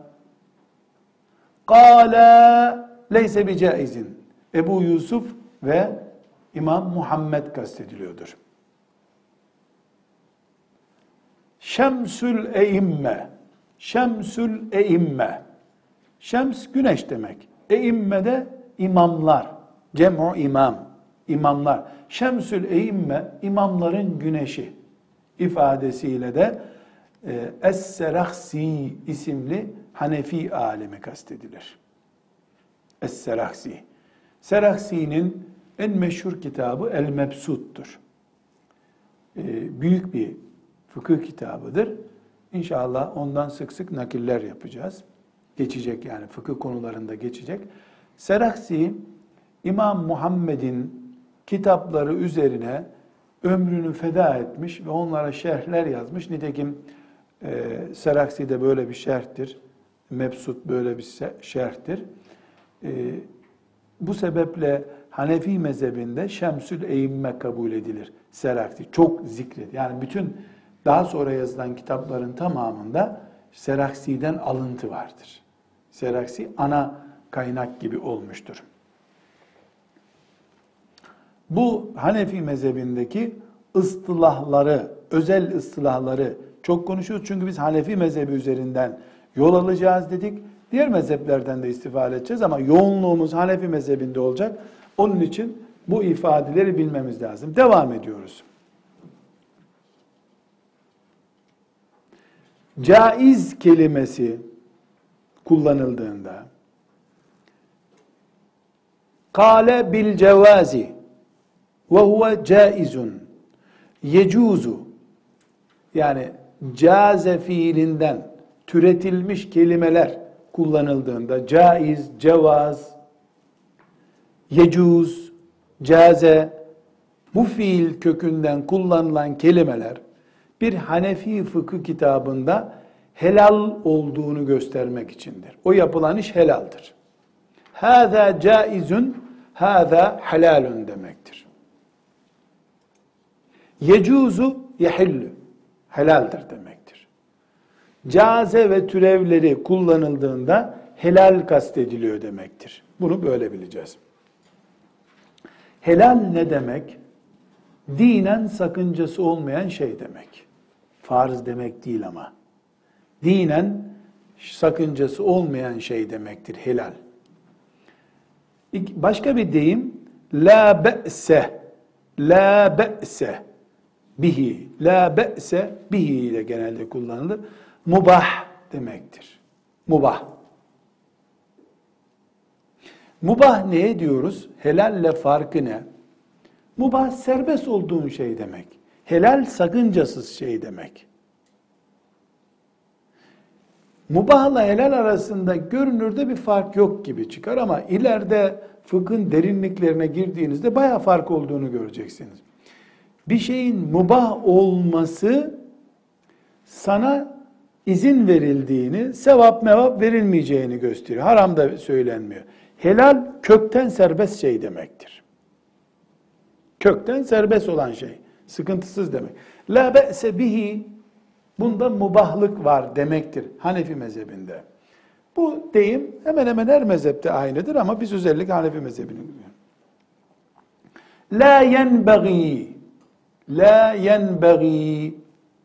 Kâlâ leyse bi caizin. Ebu Yusuf ve İmam Muhammed kastediliyordur. Şemsül eimme. Şemsül eimme. Şems güneş demek. Eimme de imamlar. Cem'u imam. İmamlar. Şemsül eimme imamların güneşi ifadesiyle de Es-Serakhsi isimli Hanefi alimi kastedilir. Es-Serakhsi. Serakhsi'nin en meşhur kitabı El-Mebsut'tur. Büyük bir fıkıh kitabıdır. İnşallah ondan sık sık nakiller yapacağız. Geçecek yani fıkıh konularında geçecek. Serakhsi, İmam Muhammed'in kitapları üzerine ömrünü feda etmiş ve onlara şerhler yazmış. Nitekim Serakhsi de böyle bir şerhtir. Mebsut böyle bir şerhtir. Bu sebeple Hanefi mezhebinde Şemsül Eimme kabul edilir. Serakhsi çok zikret. Yani bütün daha sonra yazılan kitapların tamamında Serakhsi'den alıntı vardır. Serakhsi ana kaynak gibi olmuştur. Bu Hanefi mezhebindeki ıstılahları, özel ıstılahları çok konuşuyoruz. Çünkü biz Hanefi mezhebi üzerinden yol alacağız dedik. Diğer mezheplerden de istifade edeceğiz ama yoğunluğumuz Hanefi mezhebinde olacak. Onun için bu ifadeleri bilmemiz lazım. Devam ediyoruz. Caiz kelimesi kullanıldığında kâle bil cevazi ve huve caizun yecuzu, yani caze fiilinden türetilmiş kelimeler kullanıldığında caiz, cevaz, yecuz, caze, bu fiil kökünden kullanılan kelimeler bir Hanefi fıkıh kitabında helal olduğunu göstermek içindir. O yapılan iş helaldir. Hâzâ caizun, hâzâ helalun demektir. Yecuzu, yehillü, helaldir demektir. Caze ve türevleri kullanıldığında helal kastediliyor demektir. Bunu böyle bileceğiz. Helal ne demek? Dinen sakıncası olmayan şey demek. Farz demek değil ama. Dinen sakıncası olmayan şey demektir helal. Başka bir deyim, la be'se, la be'se bihi, la be'se bihi ile genelde kullanılır. Mubah demektir. Mubah. Mubah ne diyoruz? Helalle farkı ne? Mubah serbest olduğun şey demek. Helal sakıncasız şey demek. Mubahla helal arasında görünürde bir fark yok gibi çıkar ama ileride fıkhın derinliklerine girdiğinizde bayağı fark olduğunu göreceksiniz. Bir şeyin mubah olması sana izin verildiğini, sevap mevap verilmeyeceğini gösteriyor. Haram da söylenmiyor. Helal kökten serbest şey demektir. Kökten serbest olan şey. Sıkıntısız demek. La be'se bihi, bunda mubahlık var demektir Hanefi mezhebinde. Bu deyim hemen hemen her mezhepte aynıdır ama biz özellikle Hanefi mezhebini biliyoruz. La yenbagî, la yenbagî,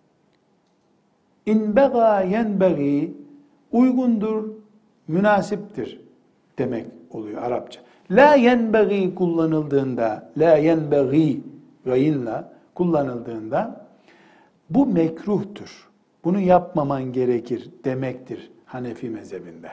İnbega yenbegi, uygundur, münasiptir demek oluyor Arapça. La yenbegi kullanıldığında, la yenbegi gayinla kullanıldığında bu mekruhtur. Bunu yapmaman gerekir demektir Hanefi mezhebinde.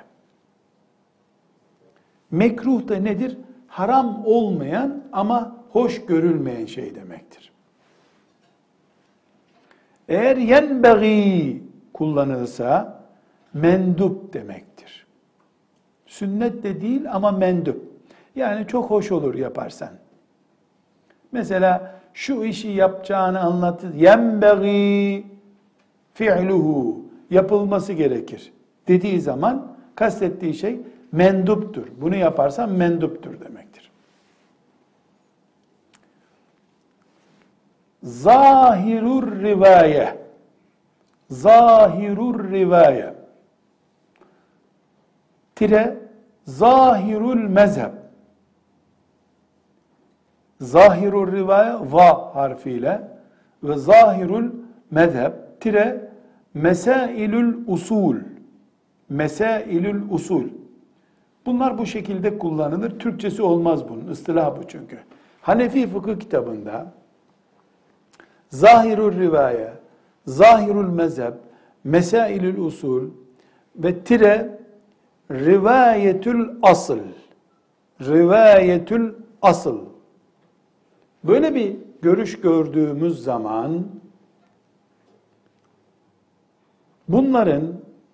Mekruh da nedir? Haram olmayan ama hoş görülmeyen şey demektir. Eğer yenbegi kullanılsa mendup demektir. Sünnet de değil ama mendup. Yani çok hoş olur yaparsan. Mesela şu işi yapacağını anlatır. Yenbeği fi'luhu, yapılması gerekir dediği zaman kastettiği şey menduptur. Bunu yaparsan menduptur demektir. Zahirur rivaye. Zahirur rivaye. Tire zahirul mezheb. Zahirul rivaye va harfiyle ve zahirul mezheb tire mesailül usul. Mesailül usul. Bunlar bu şekilde kullanılır. Türkçesi olmaz bunun. İstilah bu çünkü. Hanefi fıkıh kitabında zahirul rivaye, zahirul mezheb, mesailül usul ve tire rivayetül asıl. Rivayetül asıl. Böyle bir görüş gördüğümüz zaman bunların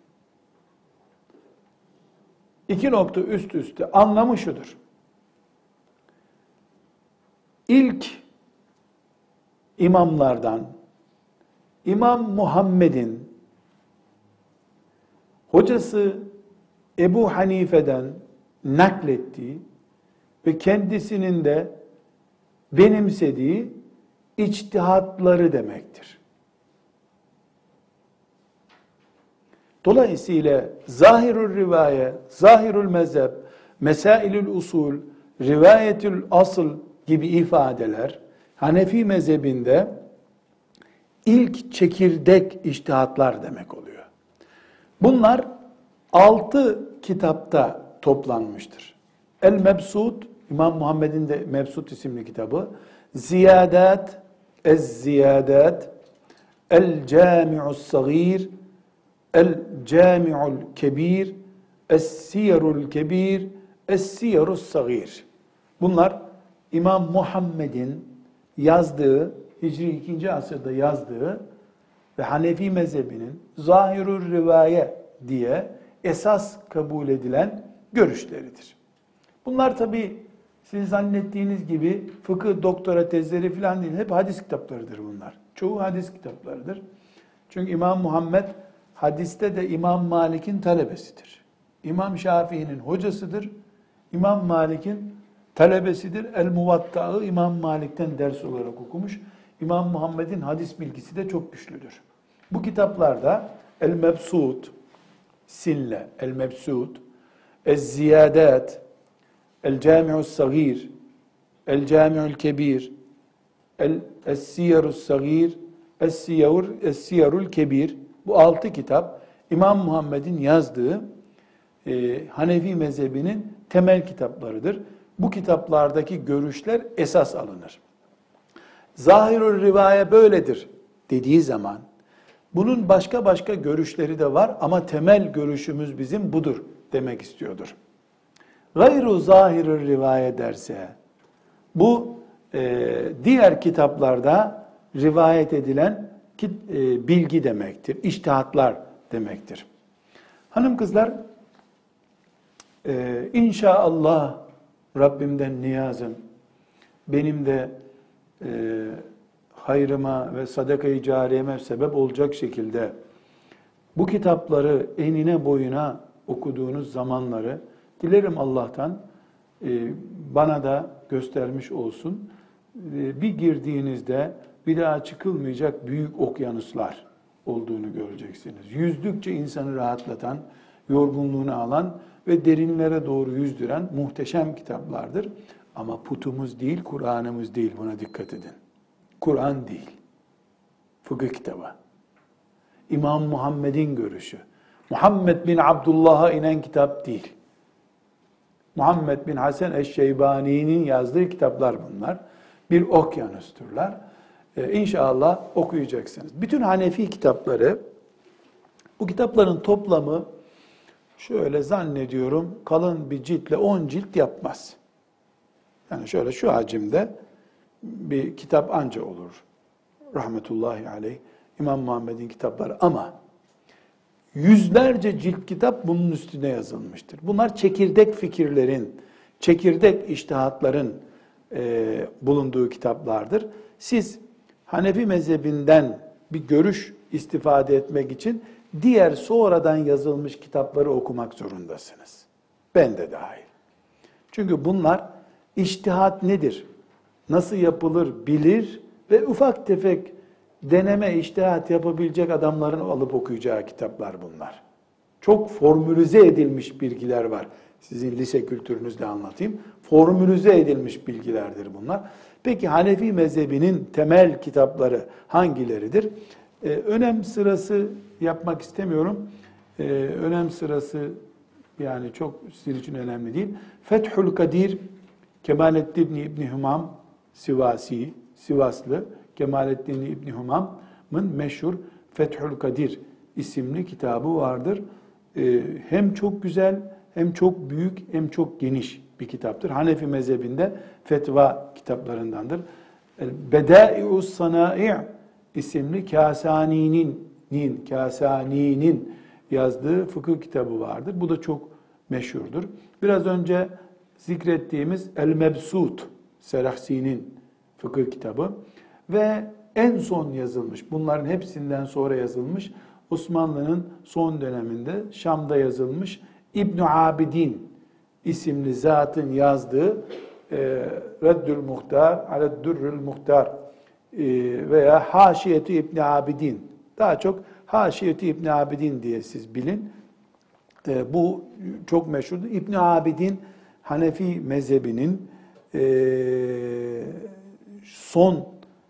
iki nokta üst üste anlamı şudur. İlk imamlardan İmam Muhammed'in hocası Ebu Hanife'den naklettiği ve kendisinin de benimsediği içtihatları demektir. Dolayısıyla zahirul rivaye, zahirul mezheb, mesailül usul, rivayetül asıl gibi ifadeler Hanefi mezhebinde ilk çekirdek içtihatlar demek oluyor. Bunlar 6 kitapta toplanmıştır. El-Mebsut, İmam Muhammed'in de Mebsut isimli kitabı, Ziyadat, Ez-Ziyadat, El-Cami'us Sagir, El-Cami'ul Kebir, Es-Siyerul Kebir, Es-Siyerus Sagir. Bunlar İmam Muhammed'in yazdığı, Hicri 2. asırda yazdığı ve Hanefi mezhebinin zahirur rivaye diye esas kabul edilen görüşleridir. Bunlar tabi sizin zannettiğiniz gibi fıkıh doktora tezleri falan değil, hep hadis kitaplarıdır bunlar. Çoğu hadis kitaplarıdır. Çünkü İmam Muhammed hadiste de İmam Malik'in talebesidir. İmam Şafii'nin hocasıdır. İmam Malik'in talebesidir. El-Muvatta'ı İmam Malik'ten ders olarak okumuş. İmam Muhammed'in hadis bilgisi de çok güçlüdür. Bu kitaplarda El-Mebsut, Sille, El-Mebsut, Ez-Ziyadat, El-Cami'us Sagir, El-Cami'ul Kebir, Es-Siyerus Sagir, Es-Siyerul Kebir, bu 6 kitap İmam Muhammed'in yazdığı Hanefi mezhebinin temel kitaplarıdır. Bu kitaplardaki görüşler esas alınır. Zahirul rivaye böyledir dediği zaman bunun başka görüşleri de var ama temel görüşümüz bizim budur demek istiyordur. Gayru zahirul rivaye derse bu diğer kitaplarda rivayet edilen bilgi demektir, içtihatlar demektir. Hanım kızlar, inşallah Rabbimden niyazım, benim de hayrıma ve sadaka-i cariyeme sebep olacak şekilde bu kitapları enine boyuna okuduğunuz zamanları dilerim Allah'tan bana da göstermiş olsun. Bir girdiğinizde bir daha çıkılmayacak büyük okyanuslar olduğunu göreceksiniz. Yüzdükçe insanı rahatlatan, yorgunluğunu alan ve derinlere doğru yüzdüren muhteşem kitaplardır. Ama putumuz değil, Kur'an'ımız değil. Buna dikkat edin. Kur'an değil. Fıkıh kitabı. İmam Muhammed'in görüşü. Muhammed bin Abdullah'a inen kitap değil. Muhammed bin Hasan eş-Şeybani'nin yazdığı kitaplar bunlar. Bir okyanusturlar. İnşallah okuyacaksınız. Bütün Hanefi kitapları, bu kitapların toplamı şöyle zannediyorum kalın bir ciltle 10 cilt yapmaz. Yani şöyle şu hacimde bir kitap anca olur. Rahmetullahi aleyh. İmam Muhammed'in kitapları ama yüzlerce cilt kitap bunun üstüne yazılmıştır. Bunlar çekirdek fikirlerin, çekirdek içtihatların bulunduğu kitaplardır. Siz Hanefi mezhebinden bir görüş istifade etmek için diğer sonradan yazılmış kitapları okumak zorundasınız. Ben de dahil. Çünkü bunlar içtihat nedir, nasıl yapılır bilir ve ufak tefek deneme, içtihat yapabilecek adamların alıp okuyacağı kitaplar bunlar. Çok formülize edilmiş bilgiler var. Sizin lise kültürünüzle anlatayım. Formülize edilmiş bilgilerdir bunlar. Peki Hanefi mezhebinin temel kitapları hangileridir? Önem sırası yapmak istemiyorum. Önem sırası yani çok sizin için önemli değil. Fethül Kadir, Kemalettin İbni Humam, Sivaslı, Kemalettin İbni Humam'ın meşhur Fethül Kadir isimli kitabı vardır. Hem çok güzel, hem çok büyük, hem çok geniş bir kitaptır. Hanefi mezhebinde fetva kitaplarındandır. Bedai'us Sanai' isimli Kasani'nin yazdığı fıkıh kitabı vardır. Bu da çok meşhurdur. Biraz önce zikrettiğimiz El-Mebsut, Serahsi'nin fıkıh kitabı ve en son yazılmış, bunların hepsinden sonra yazılmış, Osmanlı'nın son döneminde Şam'da yazılmış İbn Abidin isimli zatın yazdığı Reddül Muhtar, Aleddürrül Muhtar veya Haşiyeti İbn Abidin. Daha çok Haşiyeti İbn Abidin diye siz bilin. Bu çok meşhurdur. İbn Abidin Hanefi mezhebinin son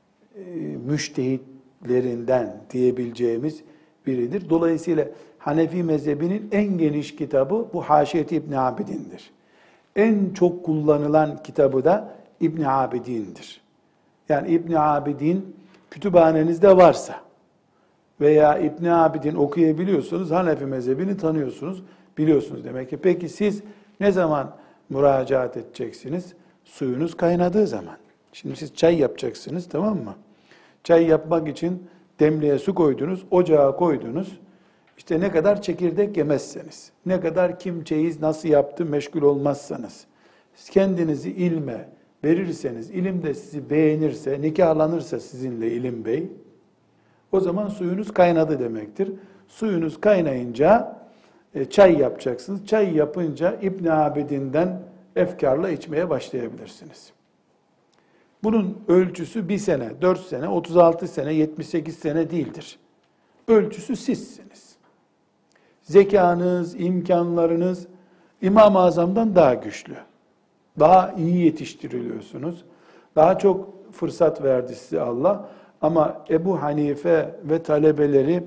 müştehitlerinden diyebileceğimiz biridir. Dolayısıyla Hanefi mezhebinin en geniş kitabı bu Haşiyet İbn Abidin'dir. En çok kullanılan kitabı da İbn Abidin'dir. Yani İbn Abidin kütüphanenizde varsa veya İbn Abidin okuyabiliyorsanız Hanefi mezhebini tanıyorsunuz, biliyorsunuz demek ki. Peki siz ne zaman müracaat edeceksiniz? Suyunuz kaynadığı zaman. Şimdi siz çay yapacaksınız, tamam mı? Çay yapmak için demliğe su koydunuz, ocağa koydunuz. İşte ne kadar çekirdek yemezseniz, ne kadar kim çeyiz nasıl yaptı meşgul olmazsanız, kendinizi ilme verirseniz, ilim de sizi beğenirse, nikahlanırsa sizinle ilim bey, o zaman suyunuz kaynadı demektir. Suyunuz kaynayınca çay yapacaksınız. Çay yapınca İbn Abidin'den efkarla içmeye başlayabilirsiniz. Bunun ölçüsü 1 sene, 4 sene, 36 sene, 78 sene değildir. Ölçüsü sizsiniz. Zekanız, imkanlarınız İmam-ı Azam'dan daha güçlü. Daha iyi yetiştiriliyorsunuz. Daha çok fırsat verdi size Allah. Ama Ebu Hanife ve talebeleri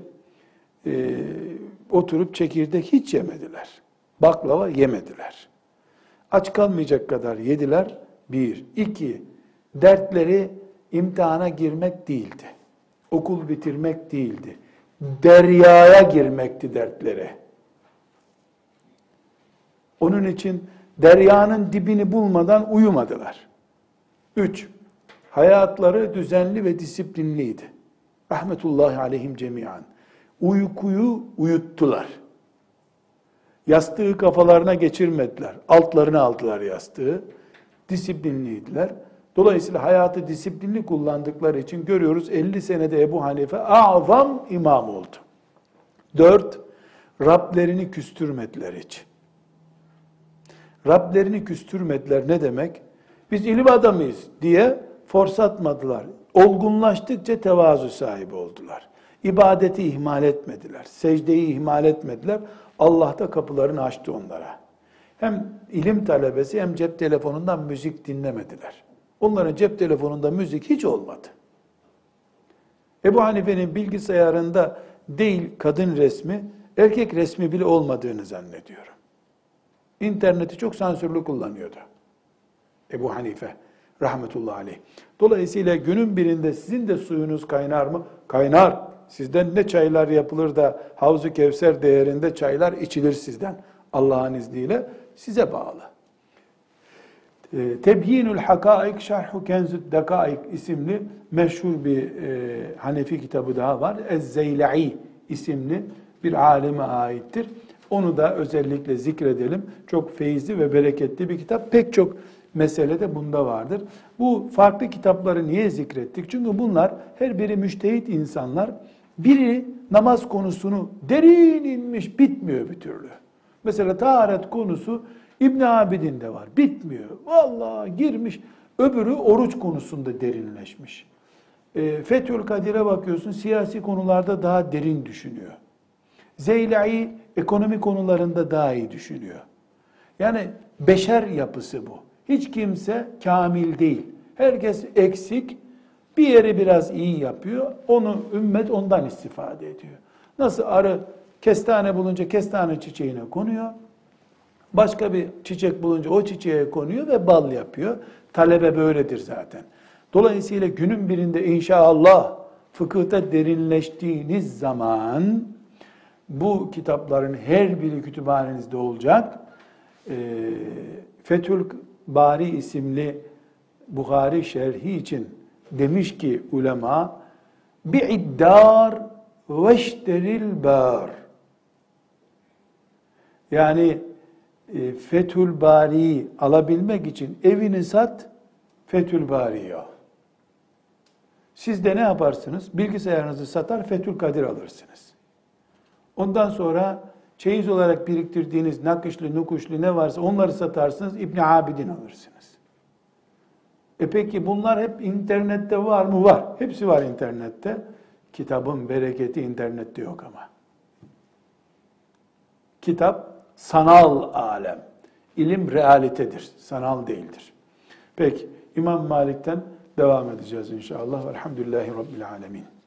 oturup çekirdek hiç yemediler. Baklava yemediler. Aç kalmayacak kadar yediler. 1. 2. Dertleri imtihana girmek değildi. Okul bitirmek değildi. Deryaya girmekti dertleri. Onun için deryanın dibini bulmadan uyumadılar. 3. Hayatları düzenli ve disiplinliydi. Rahmetullahi aleyhim cemiyan. Uykuyu uyuttular. Yastığı kafalarına geçirmediler. Altlarına aldılar yastığı. Disiplinliydiler. Dolayısıyla hayatı disiplinli kullandıkları için görüyoruz 50 senede Ebu Hanife azam imam oldu. 4. Rablerini küstürmediler hiç. Rablerini küstürmediler ne demek? Biz ilim adamıyız diye forsatmadılar. Olgunlaştıkça tevazu sahibi oldular. İbadeti ihmal etmediler. Secdeyi ihmal etmediler. Allah da kapılarını açtı onlara. Hem ilim talebesi hem cep telefonundan müzik dinlemediler. Onların cep telefonunda müzik hiç olmadı. Ebu Hanife'nin bilgisayarında değil kadın resmi, erkek resmi bile olmadığını zannediyorum. İnterneti çok sansürlü kullanıyordu Ebu Hanife rahmetullahi aleyh. Dolayısıyla günün birinde sizin de suyunuz kaynar mı? Kaynar. Sizden ne çaylar yapılır da Havz-ı Kevser değerinde çaylar içilir sizden. Allah'ın izniyle size bağlı. Tebyinül Hakaik Şerhu Kenzü'd Dakaik isimli meşhur bir Hanefi kitabı daha var. Ez-Zeyla'i isimli bir alime aittir. Onu da özellikle zikredelim. Çok feyizli ve bereketli bir kitap. Pek çok mesele de bunda vardır. Bu farklı kitapları niye zikrettik? Çünkü bunlar her biri müştehit insanlar. Biri namaz konusunu derin inmiş, bitmiyor bir türlü. Mesela taharet konusu İbn Abidin'de var. Bitmiyor. Vallahi girmiş. Öbürü oruç konusunda derinleşmiş. Fethül Kadir'e bakıyorsun, siyasi konularda daha derin düşünüyor. Zeylai ekonomi konularında daha iyi düşünüyor. Yani beşer yapısı bu. Hiç kimse kamil değil. Herkes eksik. Bir yeri biraz iyi yapıyor. Onu ümmet ondan istifade ediyor. Nasıl arı kestane bulunca kestane çiçeğine konuyor. Başka bir çiçek bulunca o çiçeğe konuyor ve bal yapıyor. Talebe böyledir zaten. Dolayısıyla günün birinde inşallah fıkıhta derinleştiğiniz zaman bu kitapların her biri kütüphanenizde olacak. Fethül Bari isimli Buhari şerhi için demiş ki ulema bi'iddar veşteril bar. Yani Fethül Bari'yi alabilmek için evini sat, Fethül Bari'yi al. Siz de ne yaparsınız? Bilgisayarınızı satar, Fethül Kadir alırsınız. Ondan sonra çeyiz olarak biriktirdiğiniz nakışlı, nukuşlu ne varsa onları satarsınız, İbn Abidin alırsınız. Peki bunlar hep internette var mı? Var. Hepsi var internette. Kitabın bereketi internette yok ama. Kitap sanal alem. İlim realitedir, sanal değildir. Peki, İmam Malik'ten devam edeceğiz inşallah. Elhamdülillahi Rabbil alemin.